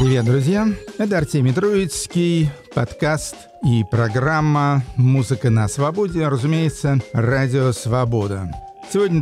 Привет, друзья! Это Артемий Троицкий, подкаст и программа «Музыка на свободе», разумеется, Радио Свобода. Сегодня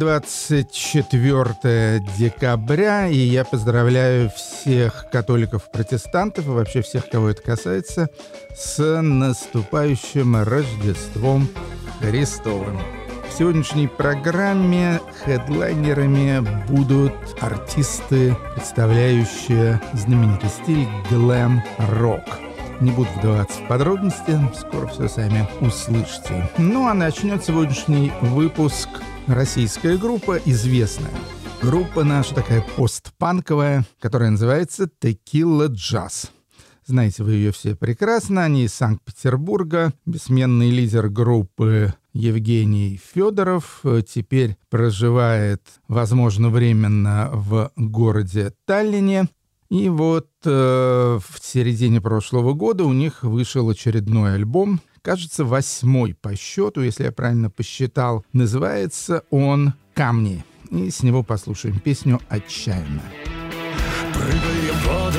24 декабря, и я поздравляю всех католиков-протестантов и вообще всех, кого это касается, с наступающим Рождеством Христовым. В сегодняшней программе хедлайнерами будут артисты, представляющие знаменитый стиль глэм-рок. Не буду вдаваться в подробности, скоро все сами услышите. Ну а начнет сегодняшний выпуск российская группа, известная. Группа наша такая постпанковая, которая называется Tequila Jazz. Знаете вы ее все прекрасно, они из Санкт-Петербурга. Бессменный лидер группы Евгений Федоров теперь проживает, возможно, временно в городе Таллине. И вот в середине прошлого года у них вышел очередной альбом, кажется, 8-й по счету, если я правильно посчитал. Называется он «Камни». И с него послушаем песню «Отчаянно». Прыгая в воду,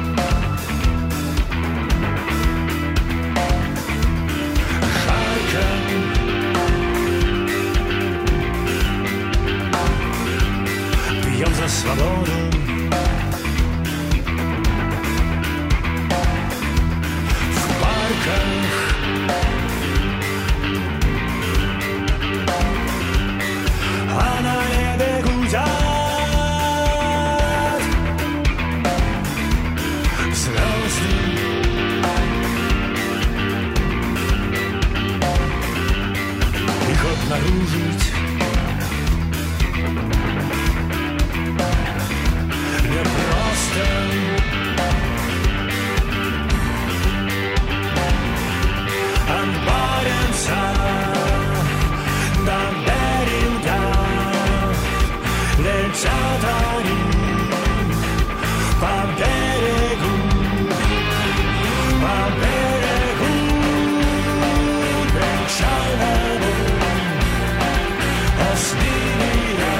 жарко, пьем за свободу. В парках а на небе гудят звезды. Их обнаружить непросто. От Баренца до берега летят они по берегу, печальному, а с ними я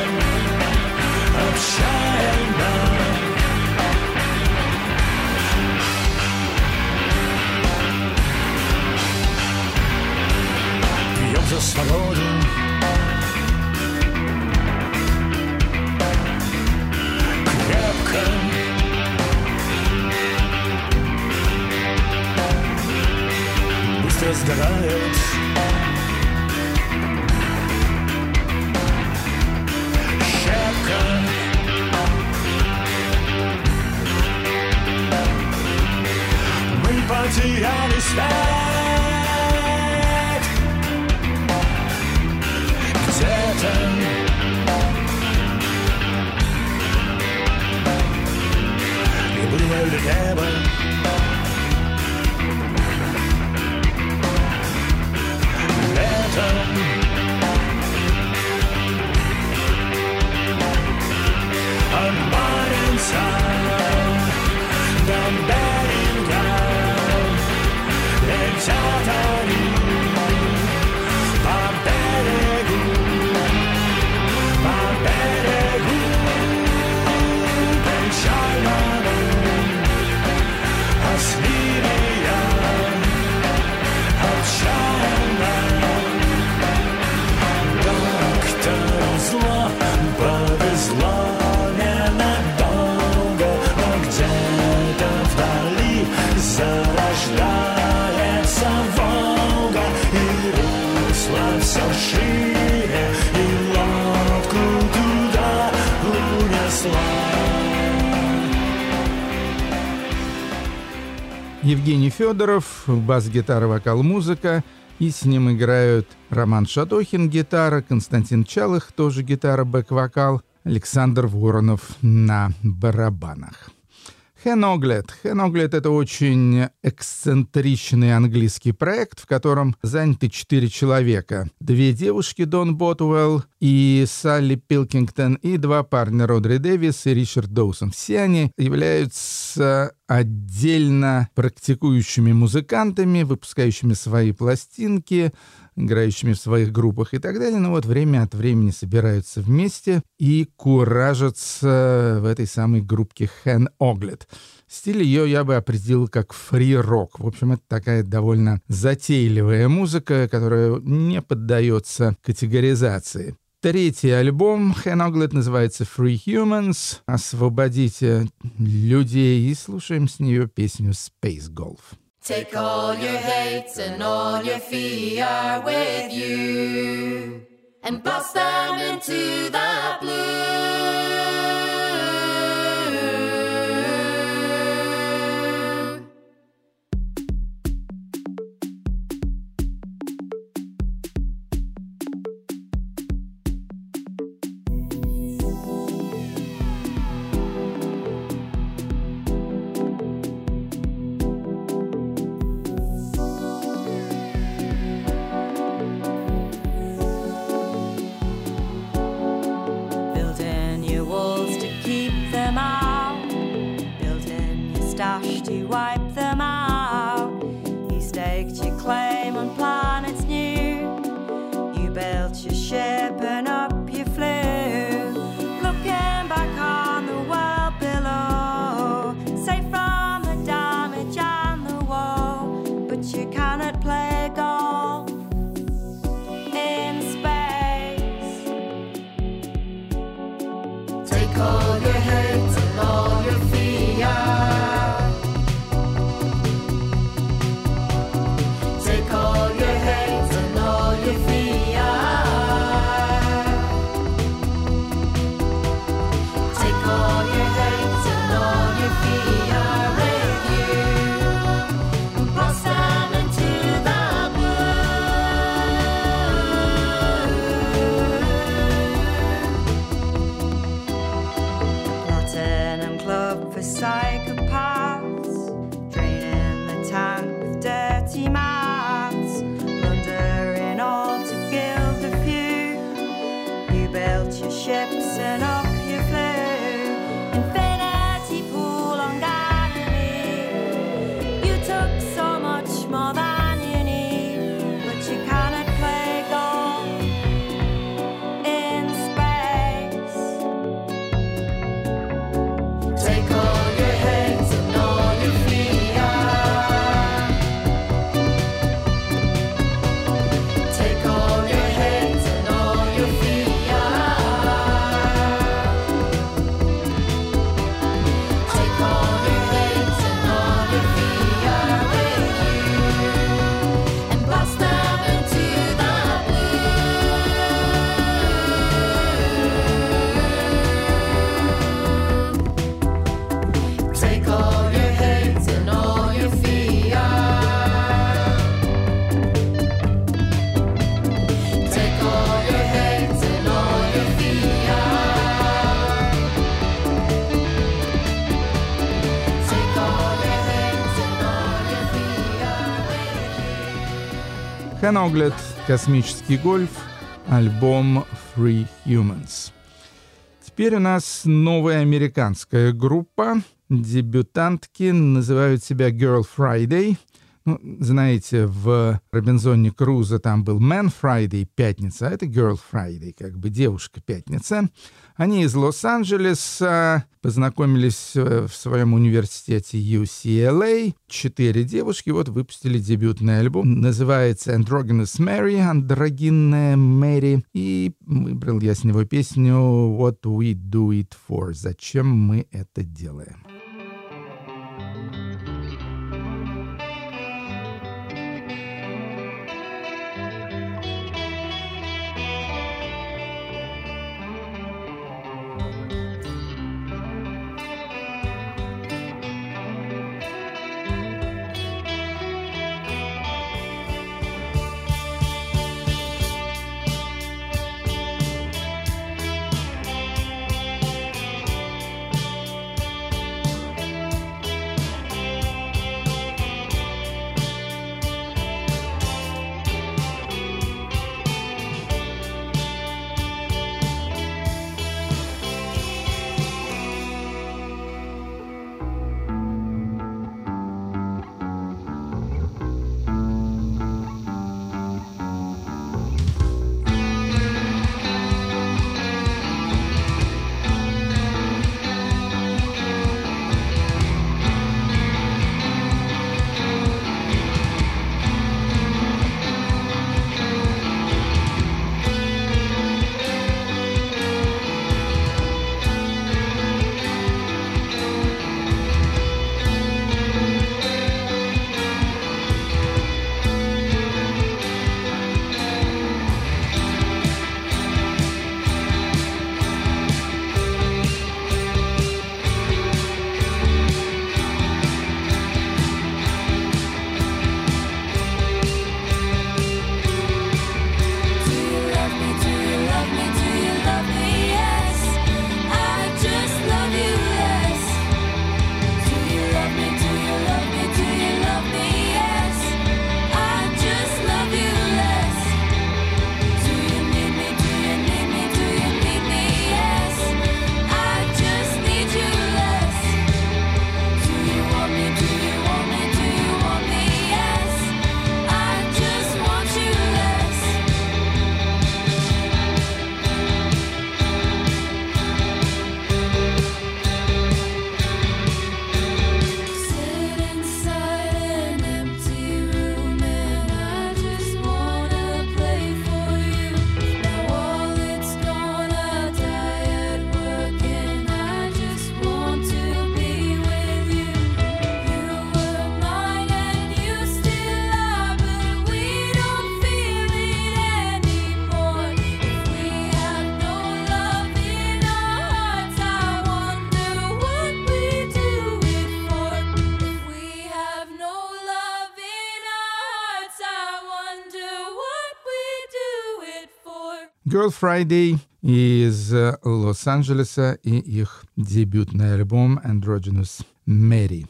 отчаянно. Пьем за свободу. Крепко. Быстро сгорают. Щепка. Мы потеряли след. Где-то и было небо. Летом от Баренца до берега летят они по берегу, печальному, а с ними я отчаянно. Так-то зло повезло ненадолго, но где-то вдали зарождается Волга, и русло все шире, и лодку туда унесла. Евгений Федоров, бас-гитара, вокал, музыка. И с ним играют Роман Шатохин, гитара, Константин Чалых, тоже гитара, бэк-вокал, Александр Воронов на барабанах. Hen-Oglet. Hen-Oglet — это очень эксцентричный английский проект, в котором заняты 4 человека. 2 девушки, Дон Ботуэлл и Салли Пилкингтон, и 2 парня, Родри Дэвис и Ричард Доусон. Все они являются отдельно практикующими музыкантами, выпускающими свои пластинки, играющими в своих группах и так далее. Но вот время от времени собираются вместе и куражатся в этой самой группке Hen Oglet. Стиль ее я бы определил как фри-рок. В общем, это такая довольно затейливая музыка, которая не поддается категоризации. Третий альбом Hen Oglet называется Free Humans. «Освободите людей», и слушаем с нее песню Space Golf. Take all your hates and all your fear with you and blast them into the blue. To wipe them out, you staked your claim on planets new. You built your ship and up you flew, looking back on the world below, safe from the damage and the woe. But you cannot play golf in space. Take all your hate and all your fear. Ships and up you flew, infinity pool on Ganymede. You took so much more than you need, but you cannot play golf in space. Take all your hate and all your fear. Take all your hate and all your fear. Hen Oglet, «Космический гольф», альбом Free Humans. Теперь у нас новая американская группа. Дебютантки называют себя Girl Friday. Ну, знаете, в «Робинзоне Крузо» там был Man Friday, пятница, а это Girl Friday, как бы девушка-пятница. Они из Лос-Анджелеса, познакомились в своем университете UCLA. 4 девушки вот выпустили дебютный альбом. Называется Androgynous Mary, андрогинная Мэри. И выбрал я с него песню What We Do It For, зачем мы это делаем. Girl Friday из Лос-Анджелеса и их дебютный альбом Androgynous Mary.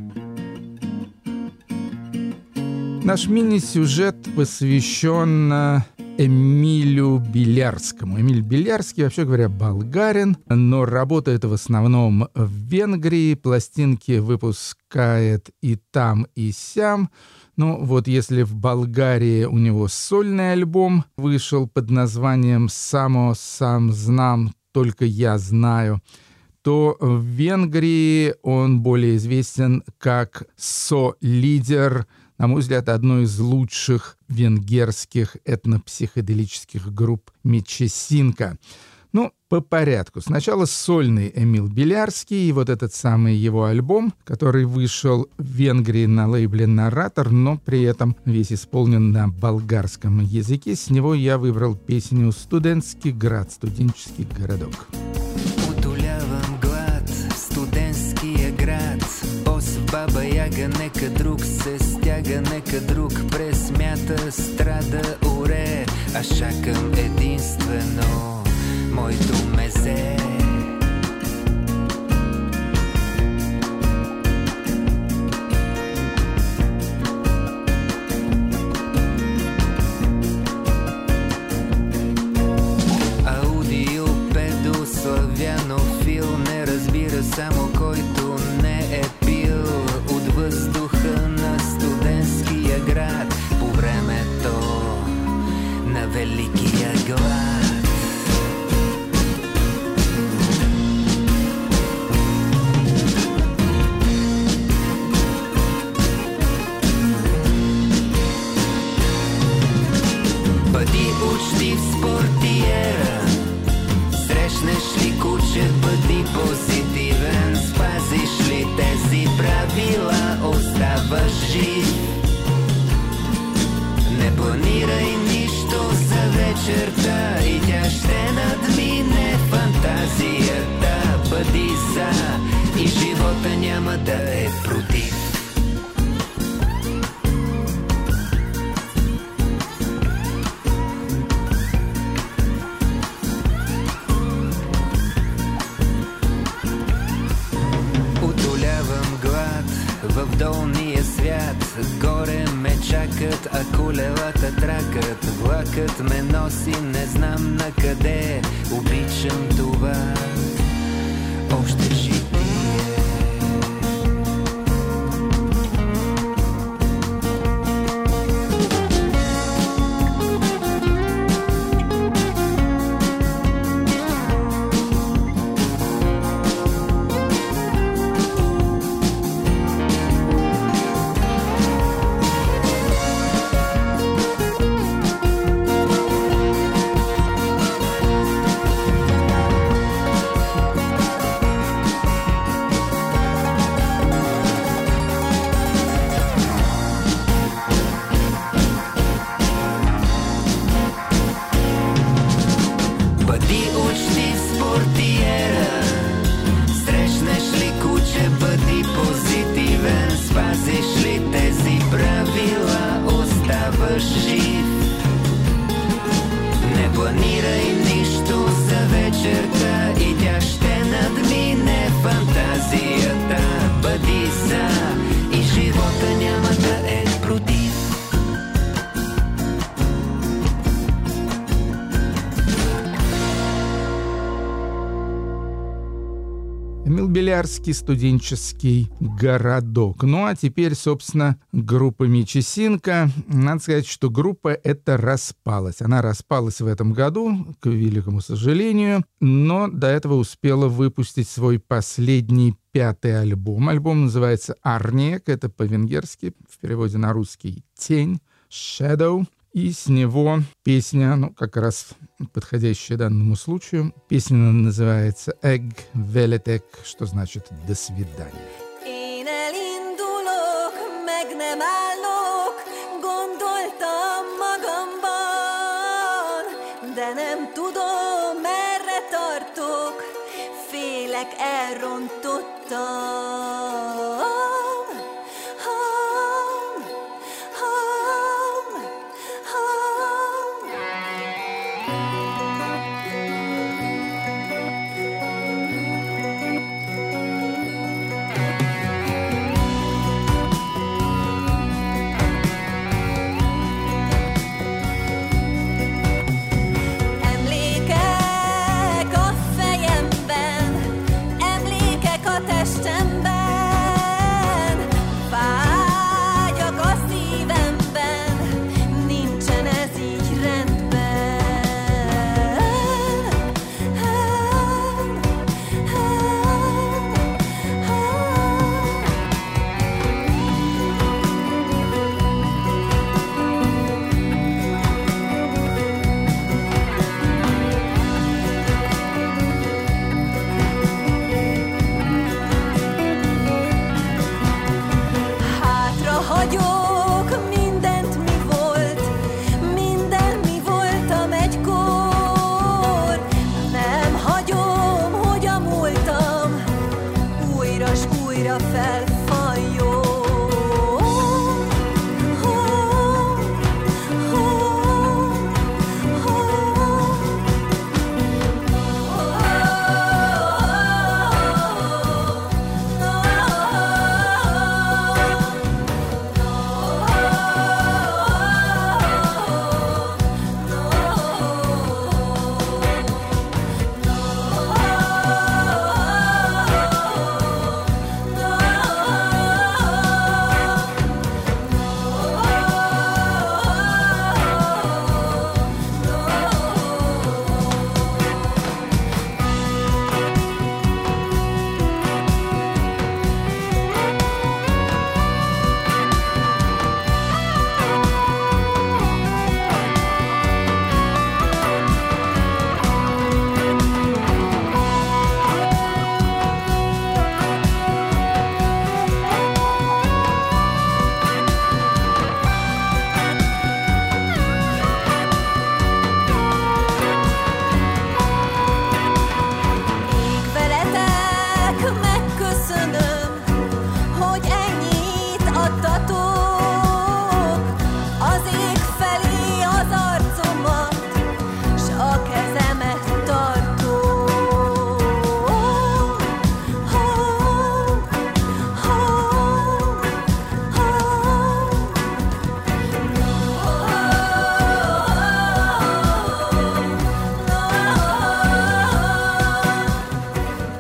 Наш мини-сюжет посвящен Эмилю Белярскому. Эмиль Белярский, вообще говоря, болгарин, но работает в основном в Венгрии, пластинки выпускает и там, и сям. Ну вот если в Болгарии у него сольный альбом вышел под названием «Само сам знам, только я знаю», то в Венгрии он более известен как со-лидер, на мой взгляд, одной из лучших венгерских этнопсиходелических групп «Мечесинка». Ну, по порядку. Сначала сольный Эмил Белярский, и вот этот самый его альбом, который вышел в Венгрии на лейбле «Наратор», но при этом весь исполнен на болгарском языке. С него я выбрал песню «Студентский град», «Студенческий городок». Баба Яга, нека друг се стяга, нека друг пресмята, страда, уре. Аз чакам единствено моето мезе. Аудио, педо, славянофил, не разбира само който не е пил от въздуха на студентския град по времето на великия глад. Бъди учтив спортиера, срещнеш ли куче, бъди позитивен, спазиш ли тези правила, оставаш жив. Не планирай нищо за вечерта и тя ще надмине фантазията. Бъди за и живота няма да е против. В долния свят горе ме чакат, а колелата тракат. Влакът ме носи, не знам на къде. Обичам това още житие. Белярский студенческий городок. Ну а теперь, собственно, группа Мечесинка. Надо сказать, что группа эта распалась. Она распалась в этом году, к великому сожалению, но до этого успела выпустить свой последний 5-й альбом. Альбом называется «Арнек», это по-венгерски, в переводе на русский «Тень», «Shadow». И с него песня, ну, как раз подходящая данному случаю. Песня называется «Egg Veletek», что значит «До свидания». De nem tudom, merre tartok, félek elrontottam.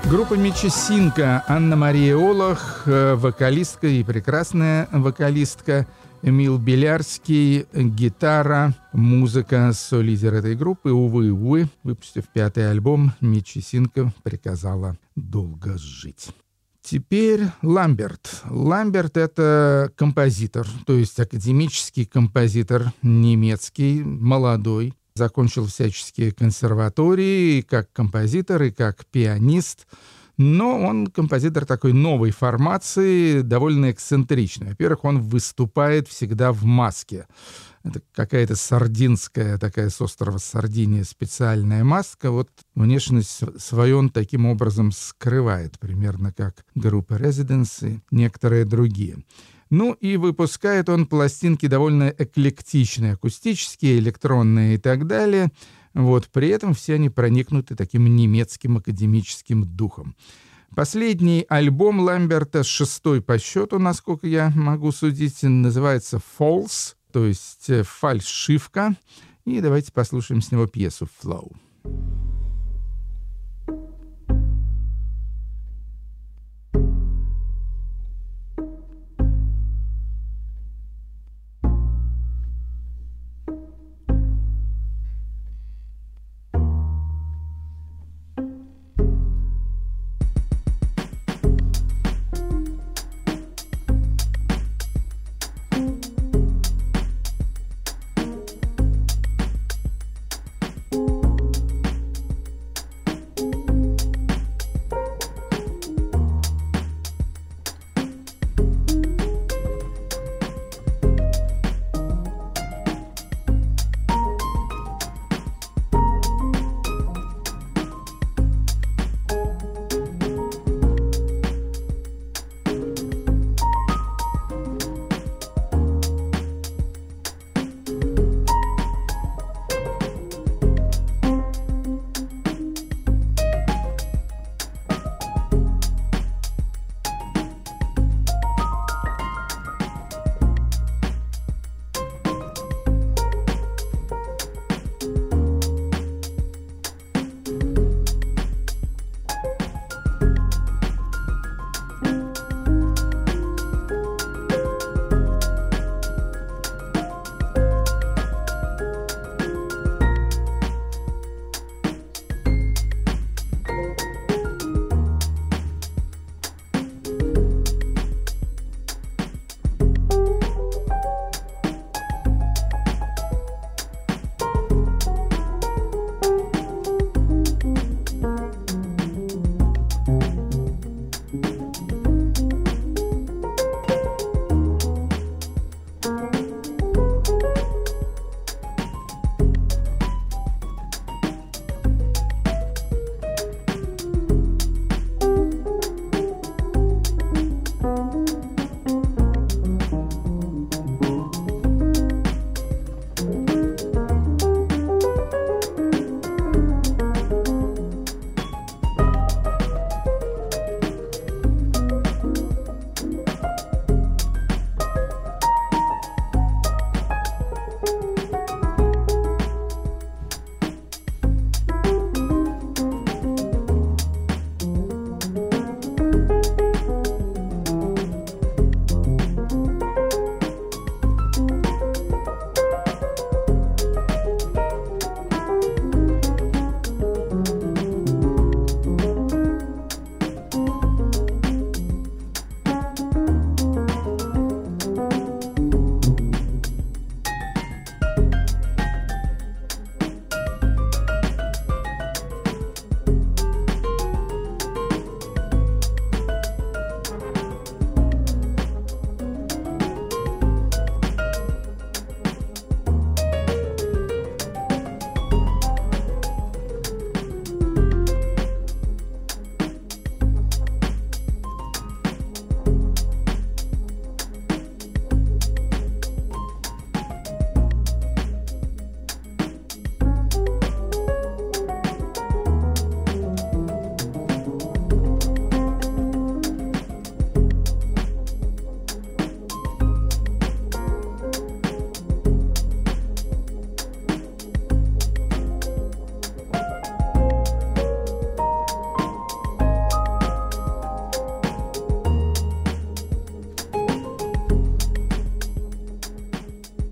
Группа Мечесинка, Анна-Мария Олах, вокалистка и прекрасная вокалистка, Эмил Белярский, гитара, музыка, солидер этой группы. Увы, выпустив 5-й альбом, Мечесинка приказала долго жить. Теперь Ламберт. Ламберт — это композитор, то есть академический композитор немецкий, молодой. Закончил всяческие консерватории и как композитор, и как пианист. Но он композитор такой новой формации, довольно эксцентричный. Во-первых, он выступает всегда в маске. Это какая-то сардинская, такая с острова Сардиния специальная маска. Вот внешность свою он таким образом скрывает, примерно как группа Residents и некоторые другие. Ну и выпускает он пластинки довольно эклектичные, акустические, электронные и так далее. Вот, при этом все они проникнуты таким немецким академическим духом. Последний альбом Ламберта, 6-й по счету, насколько я могу судить, называется «False», то есть «фальшивка». И давайте послушаем с него пьесу «Flow».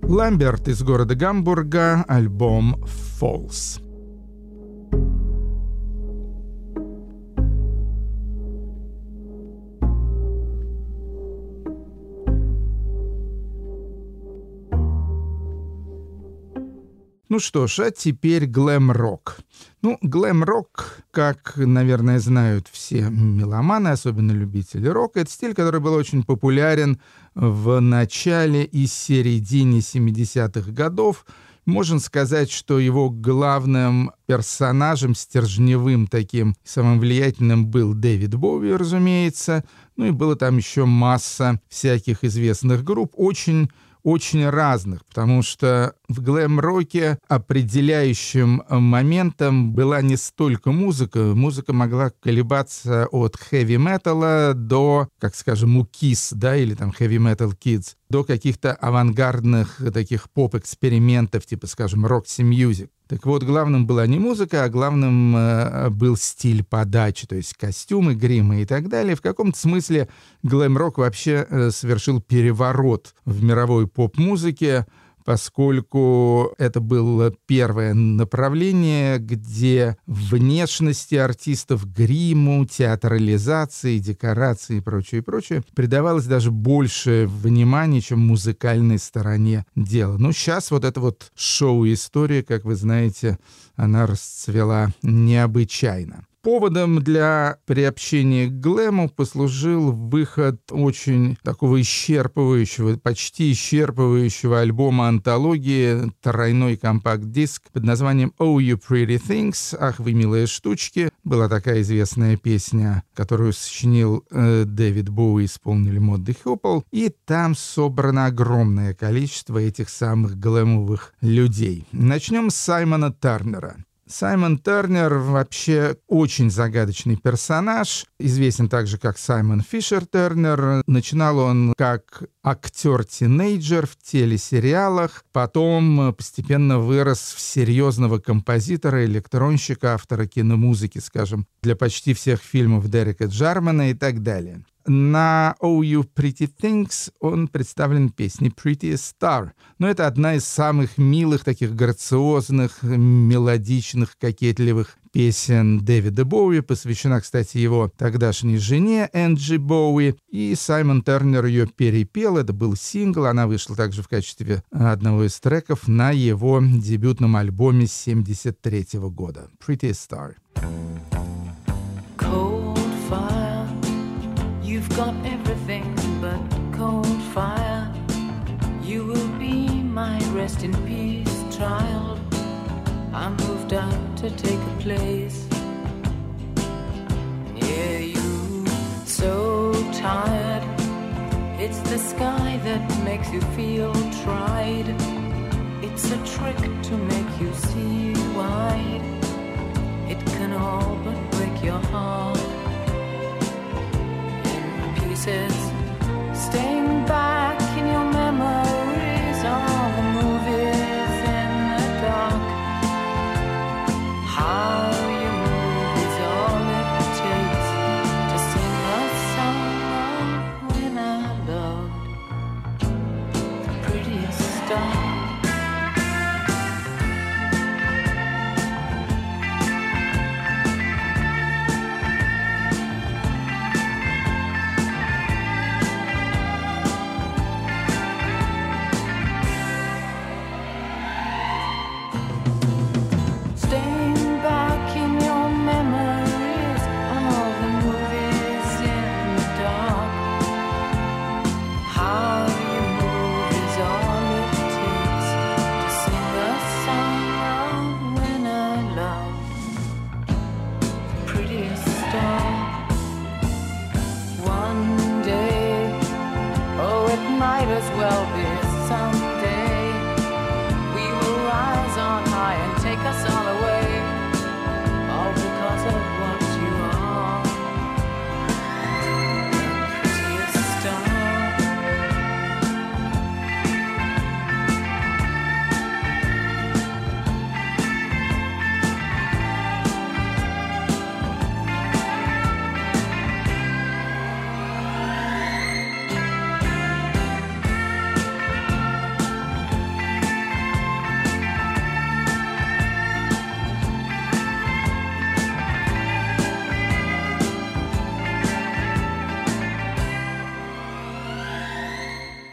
Ламберт из города Гамбурга, альбом «Falls». Ну что ж, а теперь глэм-рок. Глэм-рок, как, наверное, знают все меломаны, особенно любители рока, это стиль, который был очень популярен в начале и середине 70-х годов. Можно сказать, что его главным персонажем, стержневым таким, самым влиятельным был Дэвид Боуи, разумеется. И было там еще масса всяких известных групп, очень разных, потому что в глэм-роке определяющим моментом была не столько музыка. Музыка могла колебаться от хэви-металла до, как скажем, у Kiss, да, или там Heavy Metal Kids, до каких-то авангардных таких поп-экспериментов, типа, скажем, Roxy Music. Так вот, главным была не музыка, а главным был стиль подачи, то есть костюмы, гримы и так далее. В каком-то смысле глэм-рок вообще совершил переворот в мировой поп-музыке, поскольку это было первое направление, где внешности артистов, гриму, театрализации, декорации и прочее придавалось даже больше внимания, чем музыкальной стороне дела. Сейчас вот эта вот шоу-история, как вы знаете, она расцвела необычайно. Поводом для приобщения к глэму послужил выход очень такого исчерпывающего, почти исчерпывающего альбома-антологии, тройной компакт-диск под названием «Oh, You Pretty Things», «Ах, вы милые штучки». Была такая известная песня, которую сочинил Дэвид Боуи, исполнили Мод де Хёпл, и там собрано огромное количество этих самых глэмовых людей. Начнем с Саймона Тернера. Саймон Тернер вообще очень загадочный персонаж, известен также как Саймон Фишер Тернер. Начинал он как актер-тинейджер в телесериалах, потом постепенно вырос в серьезного композитора, электронщика, автора киномузыки, скажем, для почти всех фильмов Дерека Джармана и так далее. На «Oh, You Pretty Things» он представлен песней «Prettiest Star». Но это одна из самых милых, таких грациозных, мелодичных, кокетливых песен Дэвида Боуи, посвящена, кстати, его тогдашней жене Энджи Боуи, и Саймон Тернер ее перепел, это был сингл, она вышла также в качестве одного из треков на его дебютном альбоме 1973 года «Prettiest Star». You've got everything but cold fire. You will be my rest in peace, child. I moved out to take a place near you. So tired. It's the sky that makes you feel tried. It's a trick to make you see wide. It can all but break your heart. Staying back in your memories, all the movies in the dark. How you move is all it takes to sing a song of when I loved the prettiest star.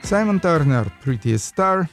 Саймон Тернер, Pretty Star,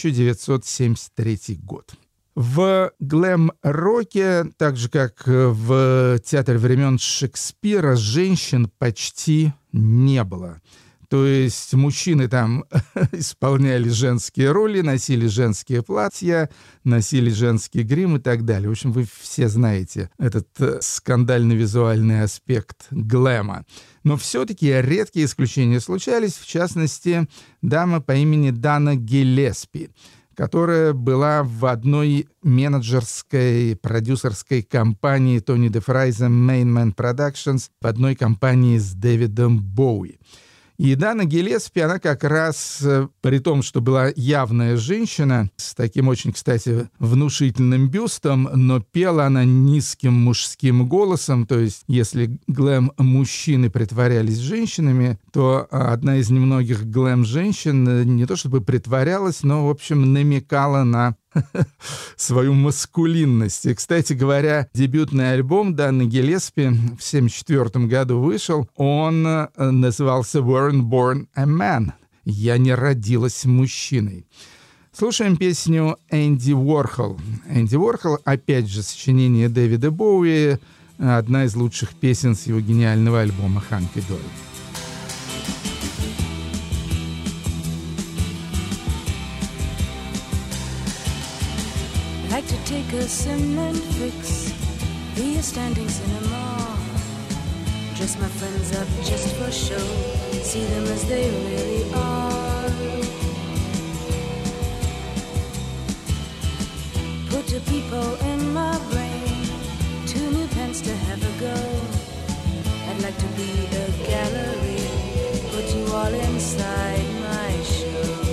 1973 год. В глэм-роке, так же как в театре времен Шекспира, женщин почти не было. То есть мужчины там исполняли женские роли, носили женские платья, носили женский грим и так далее. В общем, вы все знаете этот скандальный визуальный аспект глэма. Но все-таки редкие исключения случались, в частности, дама по имени Дана Гиллеспи, которая была в одной менеджерской, продюсерской компании Тони де Фрайза Main Man Productions, в одной компании с Дэвидом Боуи. И Дана Гиллеспи, она как раз, при том, что была явная женщина, с таким очень, кстати, внушительным бюстом, но пела она низким мужским голосом, то есть если глэм-мужчины притворялись женщинами, то одна из немногих глэм-женщин не то чтобы притворялась, но, в общем, намекала на свою маскулинность. И, кстати говоря, дебютный альбом Даны Гиллеспи в 1974 году вышел. Он назывался «Weren't Born a Man». «Я не родилась мужчиной». Слушаем песню «Энди Уорхол». «Энди Уорхол», опять же, сочинение Дэвида Боуи, одна из лучших песен с его гениального альбома «Ханки Дори». Like to take a cement fix, be a standing cinema. Dress my friends up just for show, see them as they really are. Put a people in my brain, 2 new pens to have a go. I'd like to be a gallery, put you all inside my show.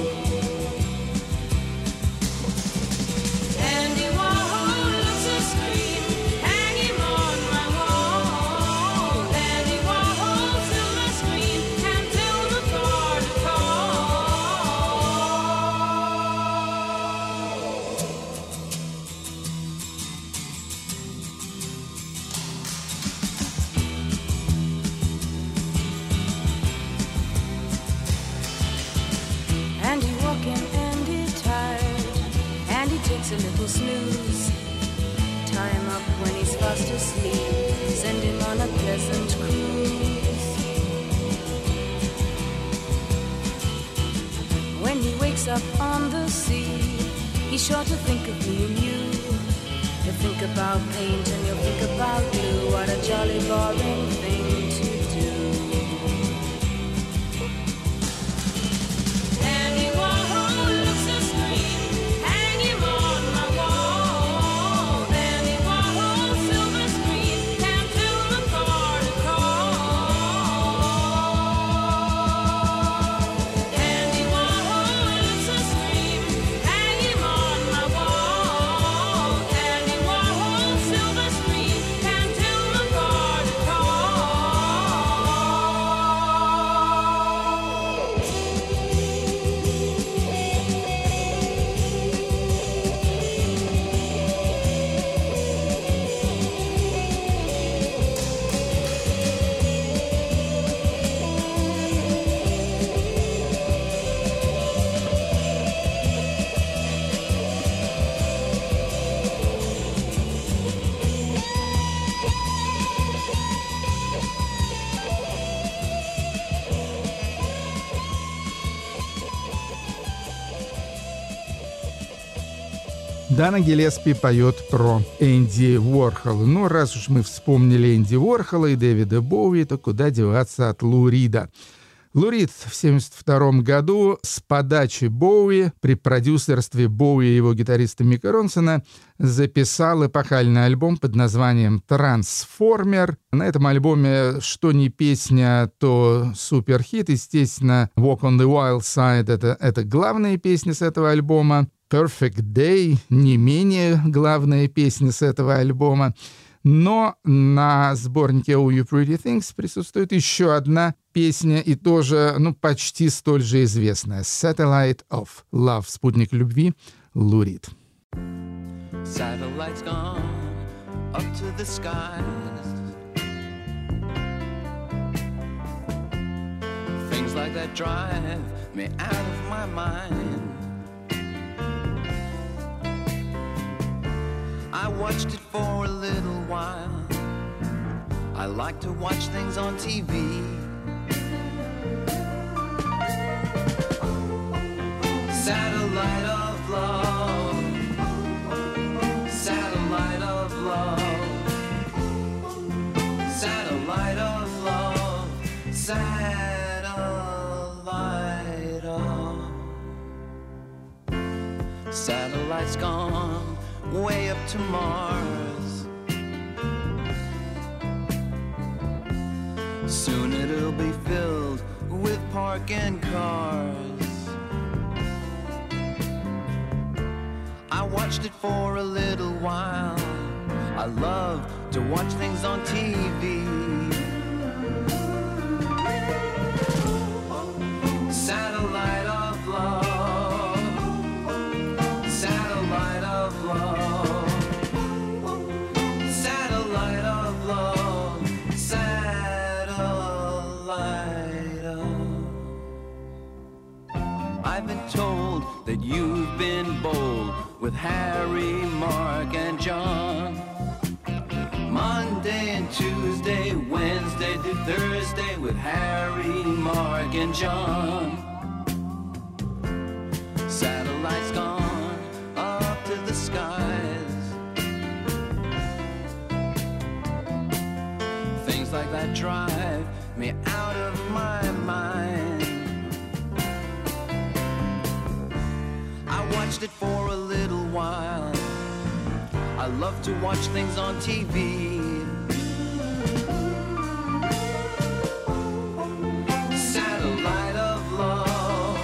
A little snooze, tie him up when he's fast asleep, send him on a pleasant cruise. When he wakes up on the sea, he's sure to think of me and you. He'll think about paint and you'll think about glue. What a jolly boring thing to do. Дана Гиллеспи поет про Энди Уорхола. Ну, раз уж мы вспомнили Энди Уорхола и Дэвида Боуи, то куда деваться от Лу Рида? Лу Рид в 1972 году с подачи Боуи при продюсерстве Боуи и его гитариста Мика Ронсона записал эпохальный альбом под названием «Трансформер». На этом альбоме что ни песня, то суперхит. Естественно, «Walk on the Wild Side» — это главная песня с этого альбома. «Perfect Day» — не менее главная песня с этого альбома. Но на сборнике «Oh You Pretty Things» присутствует еще одна песня, и тоже, почти столь же известная. «Satellite of Love» — «Спутник любви», Лу Рид. Satellites gone up to the skies. Things like that drive me out of my mind. I watched it for a little while. I like to watch things on TV. Satellite of love, satellite of love, satellite of love, satellite of. Satellite's gone way up to Mars. Soon it'll be filled with parking cars. I watched it for a little while. I love to watch things on TV. Satellite of love, satellite of love, satellite of love, satellite of. I've been told that you've been bold with Harry, Mark, and John. Monday and Tuesday, Wednesday to Thursday with Harry, Mark, and John. Satellite's gone up to the skies. Things like that drive me out of my mind. I watched it for a little while. I love to watch things on TV. Satellite of love,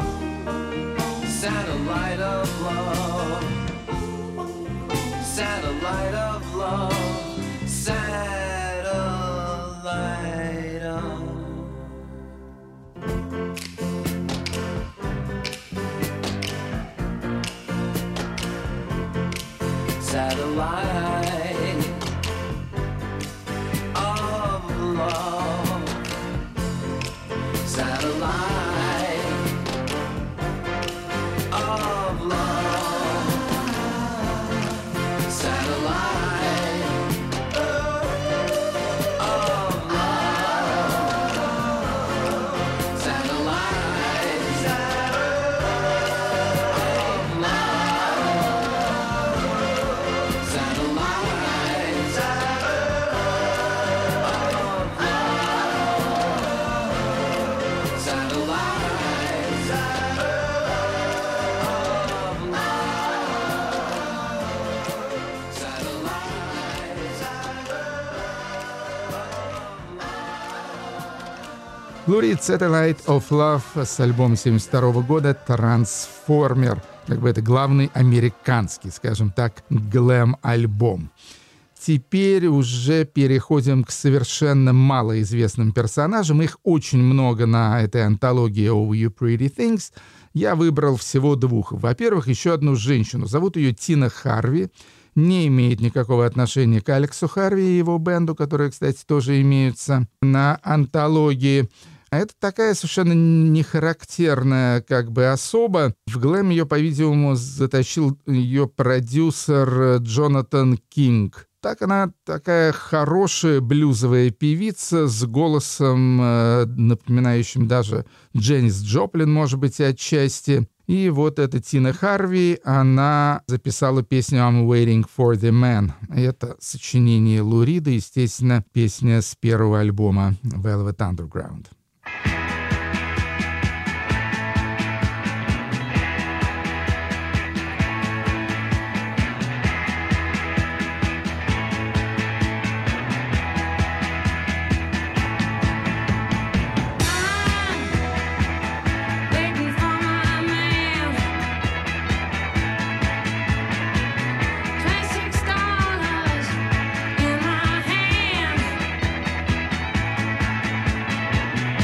satellite of love, satellite of love, satellite of. Satellite of love, satellite of love, satellite of love, satellite Lou Reed, Satellite of Love с альбома 1972 года «Трансформер». Как бы это главный американский, скажем так, глэм-альбом. Теперь уже переходим к совершенно малоизвестным персонажам. Их очень много на этой антологии «Oh, You Pretty Things». Я выбрал всего двух. Во-первых, еще одну женщину. Зовут ее Тина Харви. Не имеет никакого отношения к Алексу Харви и его бенду, которые, кстати, тоже имеются на антологии. Это такая совершенно нехарактерная как бы особа. В глэм ее, по-видимому, затащил ее продюсер Джонатан Кинг. Так она такая хорошая блюзовая певица с голосом, напоминающим даже Дженнис Джоплин, может быть, отчасти. И вот эта Тина Харви, она записала песню «I'm Waiting for the Man». Это сочинение Лу Рида, естественно, песня с первого альбома Velvet Underground. $26 in my hand.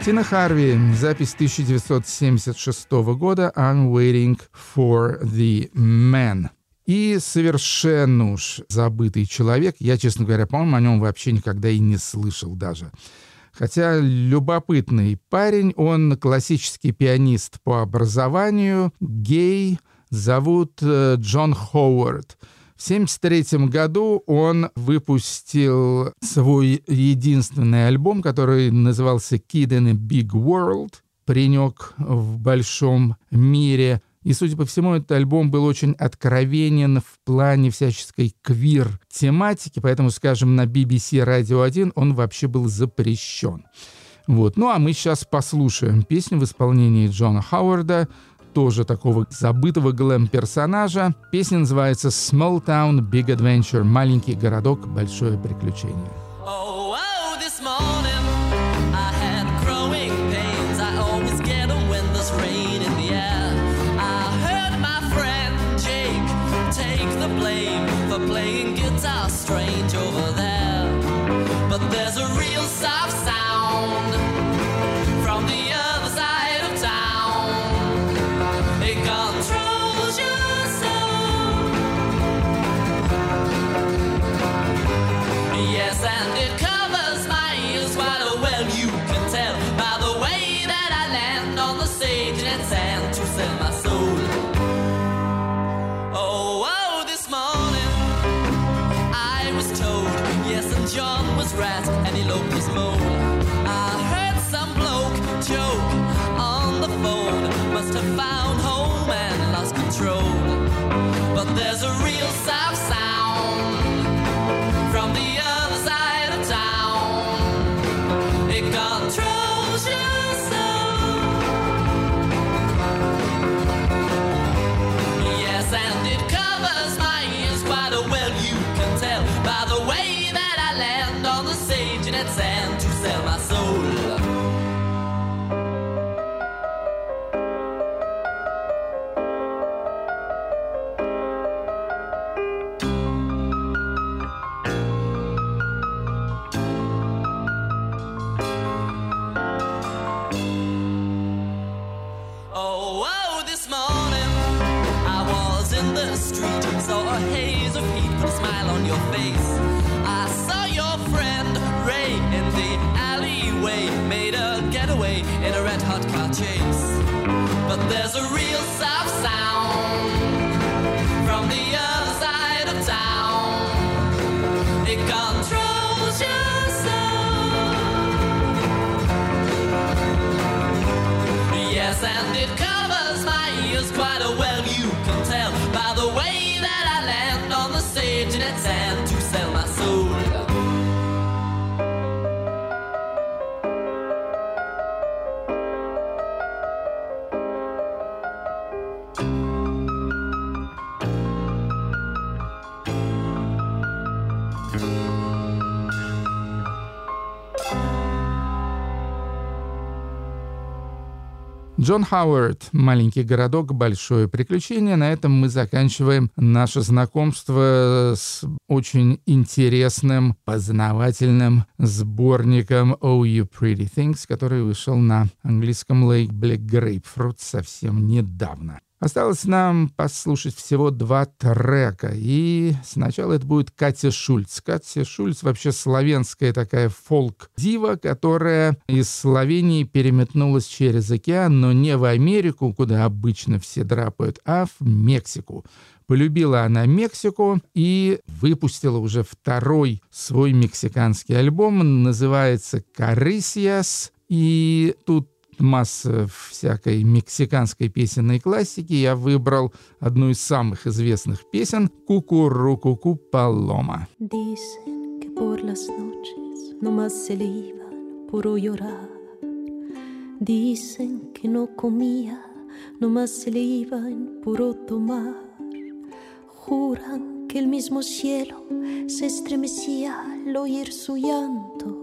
Тина Харви, запись 1976 года «I'm Waiting for the Man». И совершенно уж забытый человек, я, честно говоря, по-моему, о нем вообще никогда и не слышал даже. Хотя любопытный парень, он классический пианист по образованию, гей, зовут Джон Ховард. В 1973 году он выпустил свой единственный альбом, который назывался «Kid in a Big World», «Паренек в большом мире». И, судя по всему, этот альбом был очень откровенен в плане всяческой квир-тематики, поэтому, скажем, на BBC Radio 1 он вообще был запрещен. Вот. Ну, а мы сейчас послушаем песню в исполнении Джона Ховарда, тоже такого забытого глэм-персонажа. Песня называется «Small Town Big Adventure» — «Маленький городок, большое приключение». Playing guitar strange over there, but there's a real soft sound from the other side of town. It controls your soul. Yes, and it covers my ears quite well. You can tell by the way that I land on the stage and it's sand to sell my soul. John was rat and eloped his mole. I heard some bloke joke on the phone. Must have found home and lost control. But there's a real soft sound from the other side of town. It controls your soul. Yes, and it covers my ears quite well. You can tell by the way land on the stage and it's sand to sell my soul. Oh, this morning I was in the street, saw a haze of heat, put a smile on your face. I saw your friend Ray in the alleyway, made a getaway in a red-hot car chase. But there's a real soft sound from the other side of town. It controls your soul. Yes, and it covers my ears quite well. You can tell by the way that I land on the stage and it's sand to sell my soul. Джон Ховард, «Маленький городок, большое приключение». На этом мы заканчиваем наше знакомство с очень интересным, познавательным сборником «Oh You Pretty Things», который вышел на английском лейбле Grapefruit совсем недавно. Осталось нам послушать всего 2 трека, и сначала это будет Катя Шульц. Катя Шульц вообще славянская такая фолк-дива, которая из Словении переметнулась через океан, но не в Америку, куда обычно все драпают, а в Мексику. Полюбила она Мексику и выпустила уже 2-й свой мексиканский альбом, называется «Caricias», и тут масса всякой мексиканской песенной классики. Я выбрал одну из самых известных песен «Кукурукуку Палома». Dicen que por las noches nomás se le iban puro llorar. Dicen que no comía, nomás se le iban puro tomar. Juran que el mismo cielo se estremecía al oír su llanto.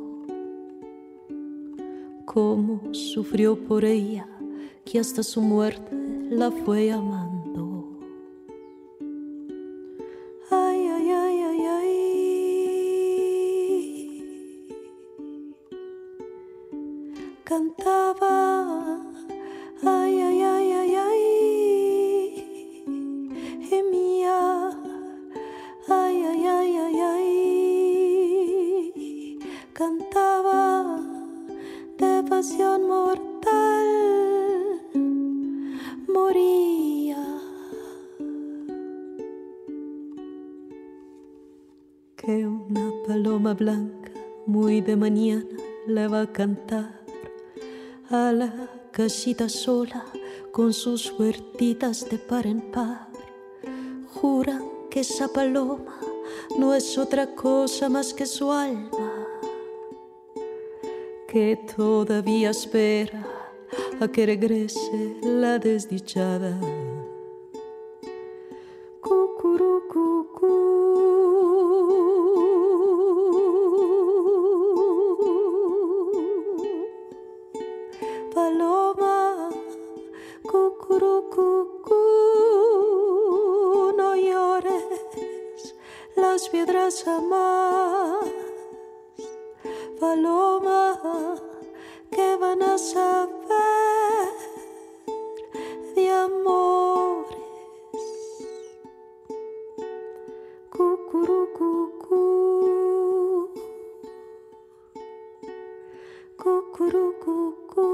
Cómo sufrió por ella, que hasta su muerte la fue amando. Ay, ay, ay, ay, ay. cantaba, ay, ay, ay, ay, ay, gemía, ay, ay, ay, ay, ay, cantaba de pasión mortal, moría. Que una paloma blanca muy de mañana le va a cantar a la casita sola con sus huertitas de par en par. Juran que esa paloma no es otra cosa más que su alma, que todavía espera a que regrese la desdichada. Cucurucucú. Paloma, cucurucucú, no llores, las piedras jamás. Paloma, ¿qué van a saber de amores? Cucurucucú, cucurucucú.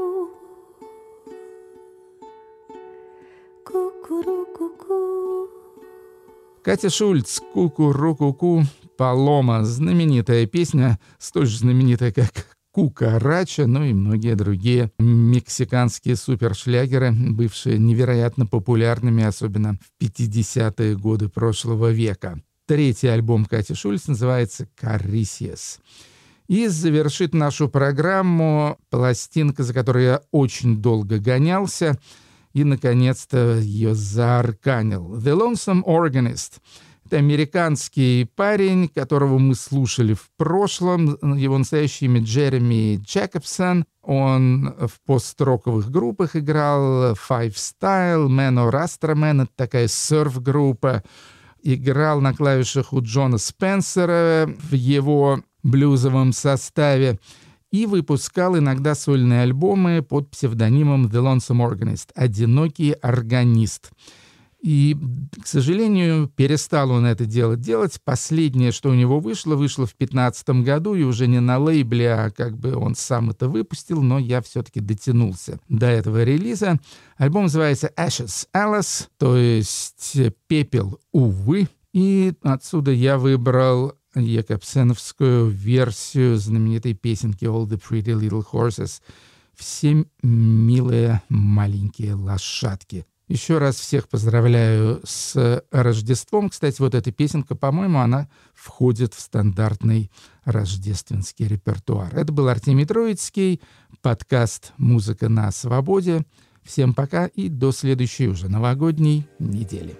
Катя Шульц, «Ку-ку-ру-ку-ку», «Палома». Знаменитая песня, столь же знаменитая, как «Кукарача», ну и многие другие мексиканские супершлягеры, бывшие невероятно популярными, особенно в 50-е годы прошлого века. Третий альбом Кати Шульц называется «Карисьес». И завершит нашу программу пластинка, за которой я очень долго гонялся, и, наконец-то, ее заарканил. «The Lonesome Organist». Это американский парень, которого мы слушали в прошлом. Его настоящее имя Джереми Джекобсон. Он в пост-роковых группах играл. Five Style, Man or Astra Man. Это такая серф-группа. Играл на клавишах у Джона Спенсера в его блюзовом составе. И выпускал иногда сольные альбомы под псевдонимом The Lonesome Organist — «Одинокий органист». И, к сожалению, перестал он это делать. Последнее, что у него вышло в 2015 году, и уже не на лейбле, а как бы он сам это выпустил, но я все-таки дотянулся до этого релиза. Альбом называется Ashes Alas, то есть «Пепел, увы». И отсюда я выбрал якобсеновскую версию знаменитой песенки «All the Pretty Little Horses» — «Все милые маленькие лошадки». Еще раз всех поздравляю с Рождеством. Кстати, вот эта песенка, по-моему, она входит в стандартный рождественский репертуар. Это был Артемий Троицкий, подкаст «Музыка на свободе». Всем пока и до следующей уже новогодней недели.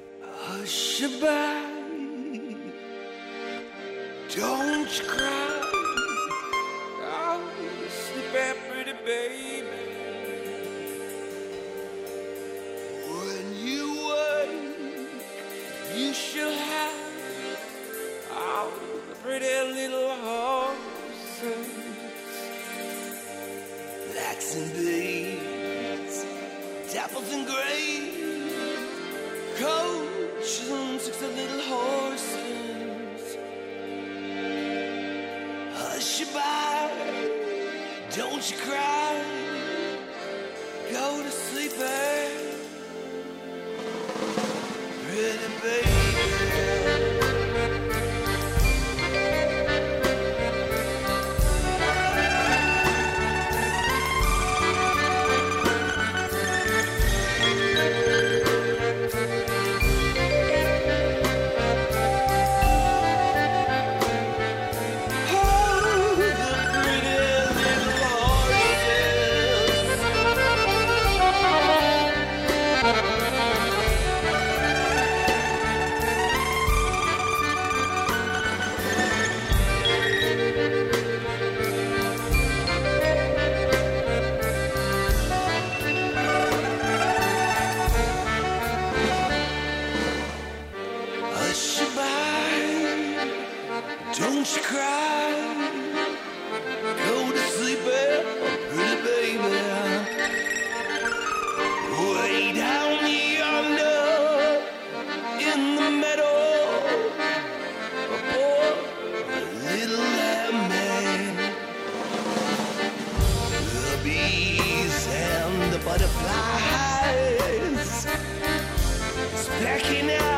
Don't cry, oh, sleep and pretty baby. When you wake, you shall have all the pretty little horses, blacks and bees, dapples and grays, coaches and 6 little horses. Hush your bar, don't you cry, go to sleep, pretty baby. butterflies, specking out